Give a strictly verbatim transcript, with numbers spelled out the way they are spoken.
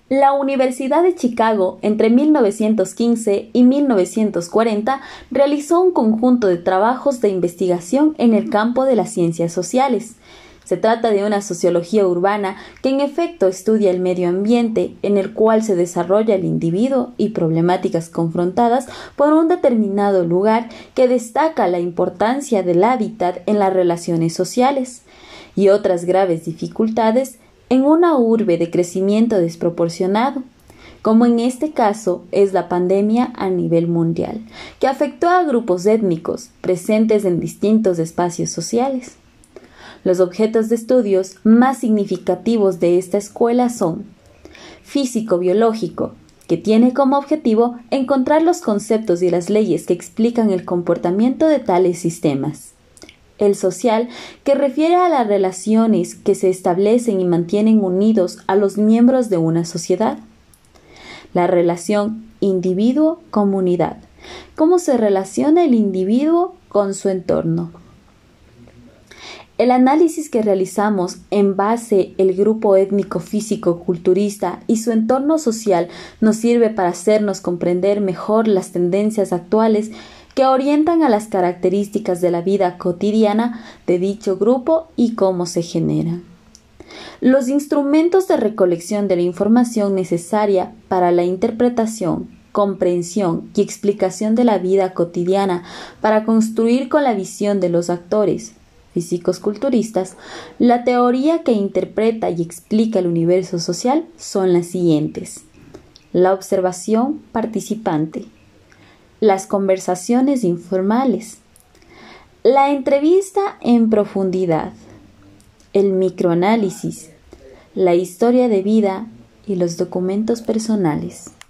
La Universidad de Chicago, entre mil novecientos quince y mil novecientos cuarenta, realizó un conjunto de trabajos de investigación en el campo de las ciencias sociales. Se trata de una sociología urbana que en efecto estudia el medio ambiente en el cual se desarrolla el individuo y problemáticas confrontadas por un determinado lugar, que destaca la importancia del hábitat en las relaciones sociales y otras graves dificultades en una urbe de crecimiento desproporcionado, como en este caso es la pandemia a nivel mundial, que afectó a grupos étnicos presentes en distintos espacios sociales. Los objetos de estudios más significativos de esta escuela son físico-biológico, que tiene como objetivo encontrar los conceptos y las leyes que explican el comportamiento de tales sistemas. El social, que refiere a las relaciones que se establecen y mantienen unidos a los miembros de una sociedad. La relación individuo-comunidad, cómo se relaciona el individuo con su entorno. El análisis que realizamos en base al grupo étnico físico-culturista y su entorno social nos sirve para hacernos comprender mejor las tendencias actuales que orientan a las características de la vida cotidiana de dicho grupo y cómo se generan. Los instrumentos de recolección de la información necesaria para la interpretación, comprensión y explicación de la vida cotidiana para construir con la visión de los actores físicos culturistas la teoría que interpreta y explica el universo social son las siguientes: la observación participante, las conversaciones informales, la entrevista en profundidad, el microanálisis, la historia de vida y los documentos personales.